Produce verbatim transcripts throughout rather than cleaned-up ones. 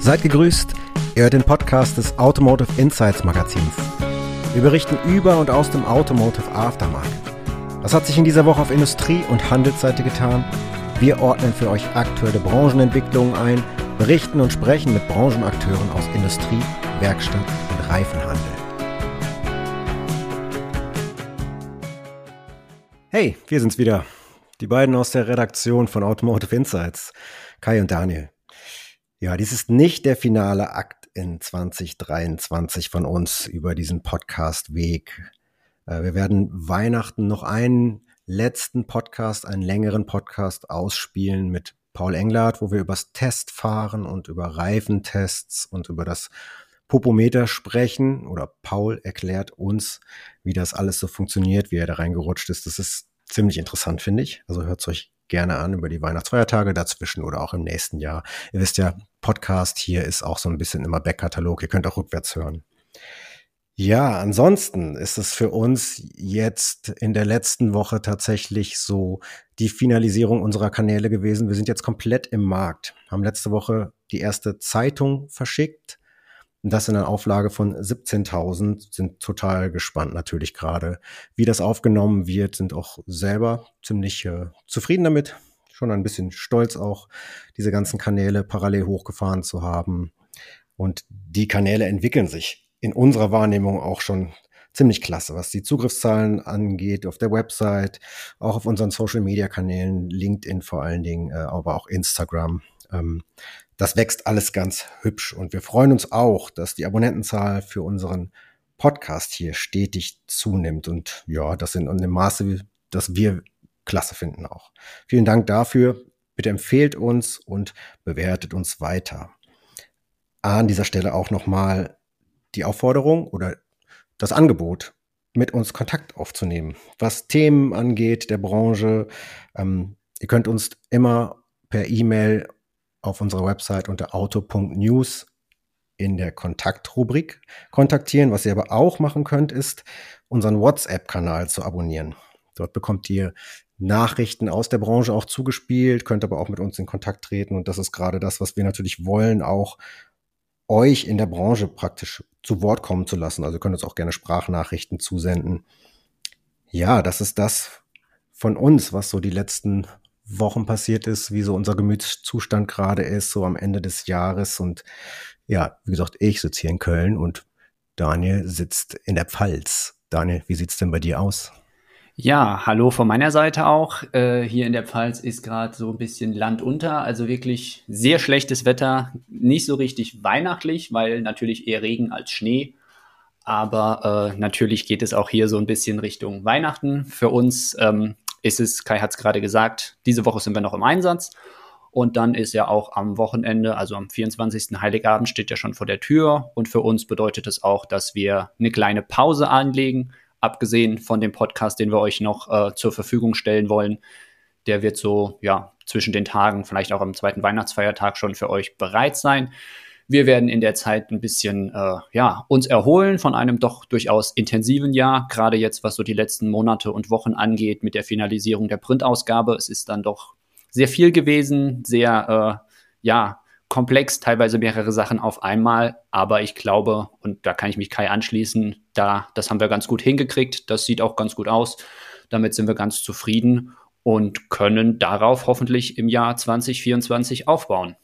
Seid gegrüßt, ihr hört den Podcast des Automotive Insights Magazins. Wir berichten über und aus dem Automotive Aftermarket. Was hat sich in dieser Woche auf Industrie- und Handelsseite getan? Wir ordnen für euch aktuelle Branchenentwicklungen ein, berichten und sprechen mit Branchenakteuren aus Industrie, Werkstatt und Reifenhandel. Hey, wir sind's wieder. Die beiden aus der Redaktion von Automotive Insights, Kai und Daniel. Ja, dies ist nicht der finale Akt in zwanzig dreiundzwanzig von uns über diesen Podcast-Weg. Wir werden Weihnachten noch einen letzten Podcast, einen längeren Podcast ausspielen mit Paul Englert, wo wir übers Testfahren und über Reifentests und über das Popometer sprechen. Oder Paul erklärt uns, wie das alles so funktioniert, wie er da reingerutscht ist. Das ist ziemlich interessant, finde ich. Also hört es euch gerne an über die Weihnachtsfeiertage dazwischen oder auch im nächsten Jahr. Ihr wisst ja, Podcast hier ist auch so ein bisschen immer Backkatalog. Ihr könnt auch rückwärts hören. Ja, ansonsten ist es für uns jetzt in der letzten Woche tatsächlich so die Finalisierung unserer Kanäle gewesen. Wir sind jetzt komplett im Markt, haben letzte Woche die erste Zeitung verschickt. Und das in einer Auflage von siebzehntausend, sind total gespannt natürlich gerade, wie das aufgenommen wird, sind auch selber ziemlich äh, zufrieden damit, schon ein bisschen stolz auch, diese ganzen Kanäle parallel hochgefahren zu haben. Und die Kanäle entwickeln sich in unserer Wahrnehmung auch schon ziemlich klasse, was die Zugriffszahlen angeht, auf der Website, auch auf unseren Social-Media-Kanälen, LinkedIn vor allen Dingen, äh, aber auch Instagram. Ähm, Das wächst alles ganz hübsch und wir freuen uns auch, dass die Abonnentenzahl für unseren Podcast hier stetig zunimmt und ja, das in einem Maße, das wir klasse finden auch. Vielen Dank dafür. Bitte empfehlt uns und bewertet uns weiter. An dieser Stelle auch nochmal die Aufforderung oder das Angebot, mit uns Kontakt aufzunehmen, was Themen angeht der Branche. Ähm, ihr könnt uns immer per E-Mail auf unserer Website unter auto punkt news in der Kontaktrubrik kontaktieren. Was ihr aber auch machen könnt, ist, unseren WhatsApp-Kanal zu abonnieren. Dort bekommt ihr Nachrichten aus der Branche auch zugespielt, könnt aber auch mit uns in Kontakt treten. Und das ist gerade das, was wir natürlich wollen, auch euch in der Branche praktisch zu Wort kommen zu lassen. Also ihr könnt uns auch gerne Sprachnachrichten zusenden. Ja, das ist das von uns, was so die letzten Wochen passiert ist, wie so unser Gemütszustand gerade ist, so am Ende des Jahres. Und ja, wie gesagt, ich sitze hier in Köln und Daniel sitzt in der Pfalz. Daniel, wie sieht's denn bei dir aus? Ja, hallo von meiner Seite auch. Äh, hier in der Pfalz ist gerade so ein bisschen Land unter, also wirklich sehr schlechtes Wetter, nicht so richtig weihnachtlich, weil natürlich eher Regen als Schnee. Aber äh, natürlich geht es auch hier so ein bisschen Richtung Weihnachten. Für uns ähm, ist es, Kai hat es gerade gesagt, diese Woche sind wir noch im Einsatz. Und dann ist ja auch am Wochenende, also am vierundzwanzigsten Heiligabend, steht ja schon vor der Tür. Und für uns bedeutet es auch, dass wir eine kleine Pause anlegen, abgesehen von dem Podcast, den wir euch noch äh, zur Verfügung stellen wollen. Der wird so ja zwischen den Tagen, vielleicht auch am zweiten Weihnachtsfeiertag schon für euch bereit sein. Wir werden in der Zeit ein bisschen äh, ja, uns erholen von einem doch durchaus intensiven Jahr, gerade jetzt, was so die letzten Monate und Wochen angeht mit der Finalisierung der Printausgabe. Es ist dann doch sehr viel gewesen, sehr äh, ja, komplex, teilweise mehrere Sachen auf einmal. Aber ich glaube, und da kann ich mich Kai anschließen, da, das haben wir ganz gut hingekriegt. Das sieht auch ganz gut aus. Damit sind wir ganz zufrieden und können darauf hoffentlich im Jahr zwanzig vierundzwanzig aufbauen.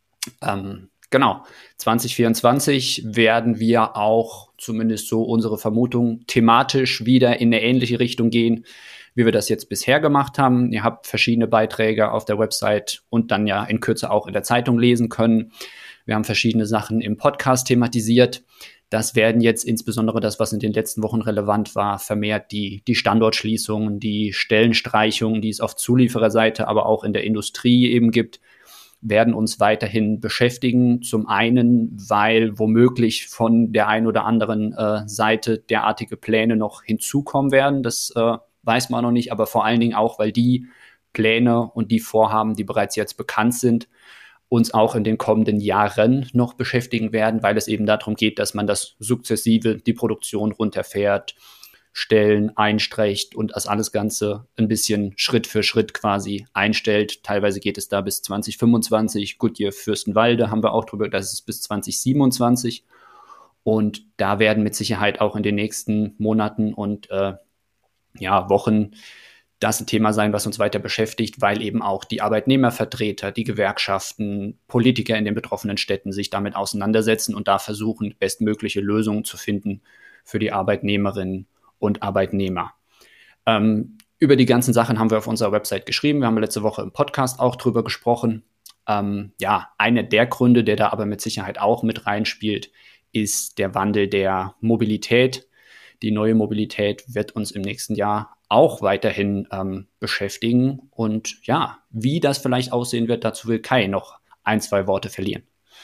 Ähm, Genau, zwanzig vierundzwanzig werden wir auch, zumindest so unsere Vermutung, thematisch wieder in eine ähnliche Richtung gehen, wie wir das jetzt bisher gemacht haben. Ihr habt verschiedene Beiträge auf der Website und dann ja in Kürze auch in der Zeitung lesen können. Wir haben verschiedene Sachen im Podcast thematisiert. Das werden jetzt insbesondere das, was in den letzten Wochen relevant war, vermehrt die, die Standortschließungen, die Stellenstreichungen, die es auf Zuliefererseite, aber auch in der Industrie eben gibt, werden uns weiterhin beschäftigen. Zum einen, weil womöglich von der einen oder anderen äh, Seite derartige Pläne noch hinzukommen werden. Das äh, weiß man noch nicht, aber vor allen Dingen auch, weil die Pläne und die Vorhaben, die bereits jetzt bekannt sind, uns auch in den kommenden Jahren noch beschäftigen werden, weil es eben darum geht, dass man das sukzessive die Produktion runterfährt, Stellen einstreicht und das alles Ganze ein bisschen Schritt für Schritt quasi einstellt. Teilweise geht es da bis zwanzig fünfundzwanzig. Goodyear Fürstenwalde haben wir auch drüber, das ist bis zwanzig siebenundzwanzig. Und da werden mit Sicherheit auch in den nächsten Monaten und äh, ja, Wochen das ein Thema sein, was uns weiter beschäftigt, weil eben auch die Arbeitnehmervertreter, die Gewerkschaften, Politiker in den betroffenen Städten sich damit auseinandersetzen und da versuchen, bestmögliche Lösungen zu finden für die Arbeitnehmerinnen und Arbeitnehmer. Ähm, über die ganzen Sachen haben wir auf unserer Website geschrieben. Wir haben letzte Woche im Podcast auch drüber gesprochen. Ähm, ja, einer der Gründe, der da aber mit Sicherheit auch mit reinspielt, ist der Wandel der Mobilität. Die neue Mobilität wird uns im nächsten Jahr auch weiterhin ähm, beschäftigen. Und ja, wie das vielleicht aussehen wird, dazu will Kai noch ein, zwei Worte verlieren.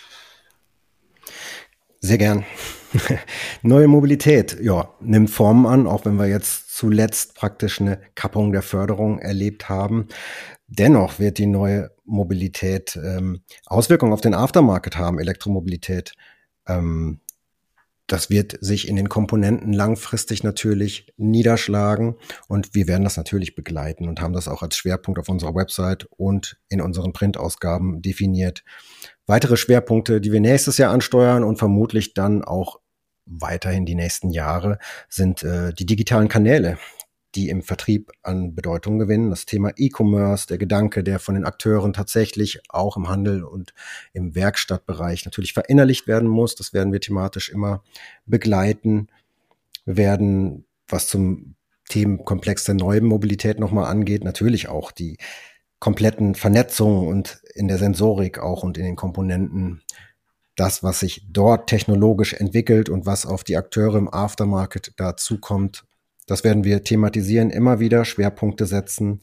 Sehr gern. Neue Mobilität, ja, nimmt Formen an, auch wenn wir jetzt zuletzt praktisch eine Kappung der Förderung erlebt haben. Dennoch wird die neue Mobilität ähm, Auswirkungen auf den Aftermarket haben, Elektromobilität. Ähm, Das wird sich in den Komponenten langfristig natürlich niederschlagen und wir werden das natürlich begleiten und haben das auch als Schwerpunkt auf unserer Website und in unseren Printausgaben definiert. Weitere Schwerpunkte, die wir nächstes Jahr ansteuern und vermutlich dann auch weiterhin die nächsten Jahre, sind äh, die digitalen Kanäle, die im Vertrieb an Bedeutung gewinnen. Das Thema E-Commerce, der Gedanke, der von den Akteuren tatsächlich auch im Handel und im Werkstattbereich natürlich verinnerlicht werden muss. Das werden wir thematisch immer begleiten. Wir werden, was zum Themenkomplex der neuen Mobilität nochmal angeht, natürlich auch die kompletten Vernetzungen und in der Sensorik auch und in den Komponenten, das, was sich dort technologisch entwickelt und was auf die Akteure im Aftermarket dazukommt, das werden wir thematisieren, immer wieder Schwerpunkte setzen.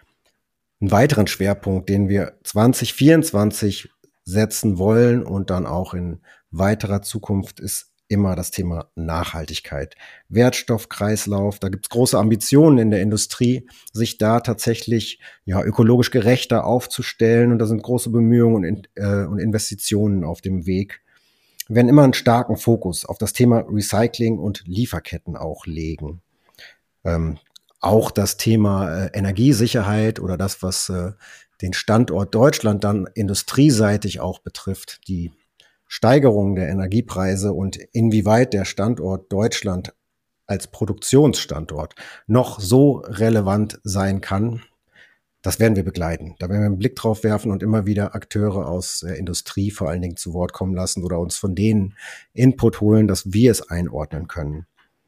Einen weiteren Schwerpunkt, den wir zwanzig vierundzwanzig setzen wollen und dann auch in weiterer Zukunft, ist immer das Thema Nachhaltigkeit. Wertstoffkreislauf, da gibt es große Ambitionen in der Industrie, sich da tatsächlich ja ökologisch gerechter aufzustellen. Und da sind große Bemühungen und, äh, und Investitionen auf dem Weg. Wir werden immer einen starken Fokus auf das Thema Recycling und Lieferketten auch legen. Ähm, auch das Thema äh, Energiesicherheit oder das, was äh, den Standort Deutschland dann industrieseitig auch betrifft, die Steigerung der Energiepreise und inwieweit der Standort Deutschland als Produktionsstandort noch so relevant sein kann, das werden wir begleiten. Da werden wir einen Blick drauf werfen und immer wieder Akteure aus der Industrie vor allen Dingen zu Wort kommen lassen oder uns von denen Input holen, dass wir es einordnen können.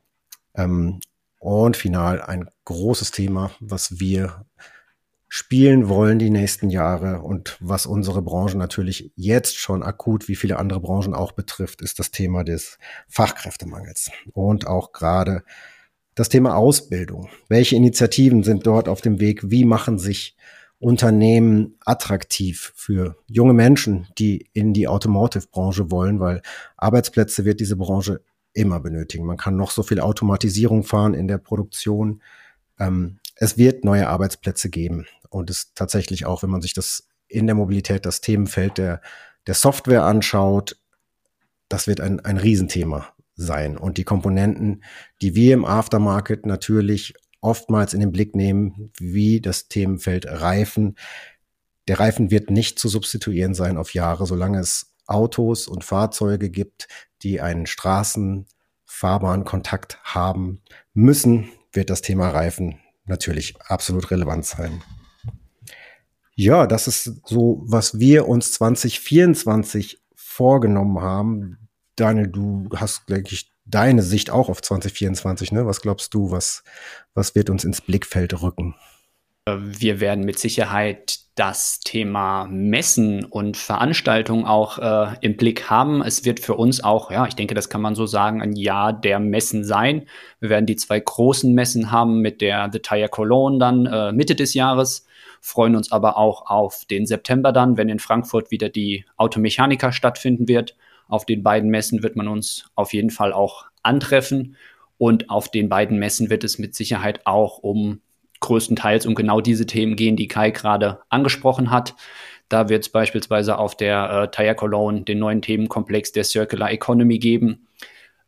Ähm, Und final ein großes Thema, was wir spielen wollen die nächsten Jahre und was unsere Branche natürlich jetzt schon akut, wie viele andere Branchen auch betrifft, ist das Thema des Fachkräftemangels und auch gerade das Thema Ausbildung. Welche Initiativen sind dort auf dem Weg? Wie machen sich Unternehmen attraktiv für junge Menschen, die in die Automotive-Branche wollen? Weil Arbeitsplätze wird diese Branche immer benötigen. Man kann noch so viel Automatisierung fahren in der Produktion. Ähm, es wird neue Arbeitsplätze geben. Und es tatsächlich auch, wenn man sich das in der Mobilität, das Themenfeld der, der Software anschaut, das wird ein, ein Riesenthema sein. Und die Komponenten, die wir im Aftermarket natürlich oftmals in den Blick nehmen, wie das Themenfeld Reifen. Der Reifen wird nicht zu substituieren sein auf Jahre, solange es Autos und Fahrzeuge gibt, die einen Straßenfahrbahnkontakt haben müssen, wird das Thema Reifen natürlich absolut relevant sein. Ja, das ist so, was wir uns zwanzig vierundzwanzig vorgenommen haben. Daniel, du hast, denke ich, deine Sicht auch auf zwanzig vierundzwanzig, ne? Was glaubst du, was, was wird uns ins Blickfeld rücken? Wir werden mit Sicherheit das Thema Messen und Veranstaltungen auch äh, im Blick haben. Es wird für uns auch, ja, ich denke, das kann man so sagen, ein Jahr der Messen sein. Wir werden die zwei großen Messen haben mit der The Tire Cologne dann äh, Mitte des Jahres, freuen uns aber auch auf den September dann, wenn in Frankfurt wieder die Automechanika stattfinden wird. Auf den beiden Messen wird man uns auf jeden Fall auch antreffen und auf den beiden Messen wird es mit Sicherheit auch um größtenteils um genau diese Themen gehen, die Kai gerade angesprochen hat. Da wird es beispielsweise auf der äh, Tire Cologne den neuen Themenkomplex der Circular Economy geben.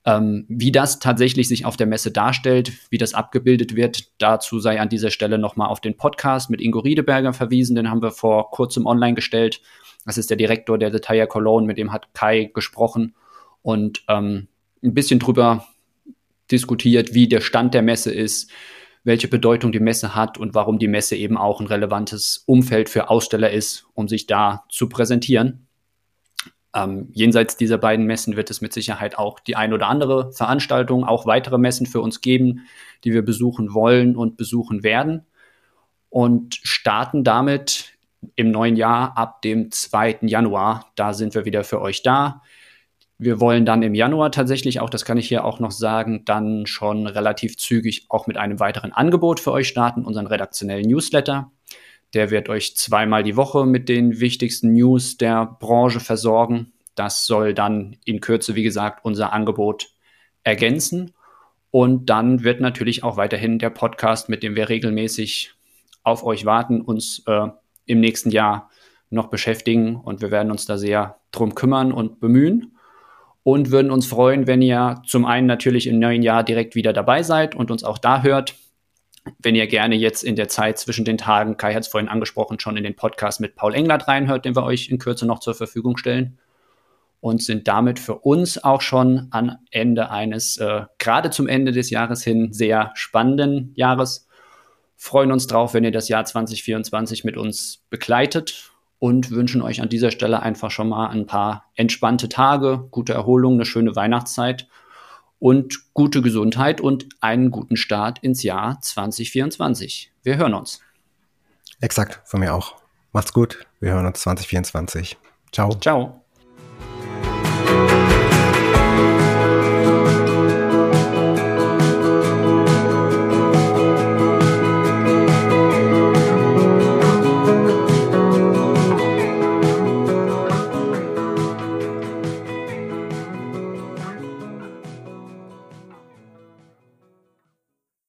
Ähm, wie das tatsächlich sich auf der Messe darstellt, wie das abgebildet wird, dazu sei an dieser Stelle nochmal auf den Podcast mit Ingo Riedeberger verwiesen. Den haben wir vor kurzem online gestellt. Das ist der Direktor der The Tire Cologne, mit dem hat Kai gesprochen und ähm, ein bisschen drüber diskutiert, wie der Stand der Messe ist, welche Bedeutung die Messe hat und warum die Messe eben auch ein relevantes Umfeld für Aussteller ist, um sich da zu präsentieren. Ähm, jenseits dieser beiden Messen wird es mit Sicherheit auch die ein oder andere Veranstaltung, auch weitere Messen für uns geben, die wir besuchen wollen und besuchen werden. Und starten damit im neuen Jahr ab dem zweiten Januar. Da sind wir wieder für euch da. Wir wollen dann im Januar tatsächlich auch, das kann ich hier auch noch sagen, dann schon relativ zügig auch mit einem weiteren Angebot für euch starten, unseren redaktionellen Newsletter. Der wird euch zweimal die Woche mit den wichtigsten News der Branche versorgen. Das soll dann in Kürze, wie gesagt, unser Angebot ergänzen. Und dann wird natürlich auch weiterhin der Podcast, mit dem wir regelmäßig auf euch warten, uns äh, im nächsten Jahr noch beschäftigen. Und wir werden uns da sehr drum kümmern und bemühen. Und würden uns freuen, wenn ihr zum einen natürlich im neuen Jahr direkt wieder dabei seid und uns auch da hört. Wenn ihr gerne jetzt in der Zeit zwischen den Tagen, Kai hat es vorhin angesprochen, schon in den Podcast mit Paul Englert reinhört, den wir euch in Kürze noch zur Verfügung stellen. Und sind damit für uns auch schon am Ende eines, äh, gerade zum Ende des Jahres hin, sehr spannenden Jahres. Freuen uns drauf, wenn ihr das Jahr zwanzig vierundzwanzig mit uns begleitet. Und wünschen euch an dieser Stelle einfach schon mal ein paar entspannte Tage, gute Erholung, eine schöne Weihnachtszeit und gute Gesundheit und einen guten Start ins Jahr zwanzig vierundzwanzig. Wir hören uns. Exakt, von mir auch. Macht's gut. Wir hören uns zwanzig vierundzwanzig. Ciao. Ciao.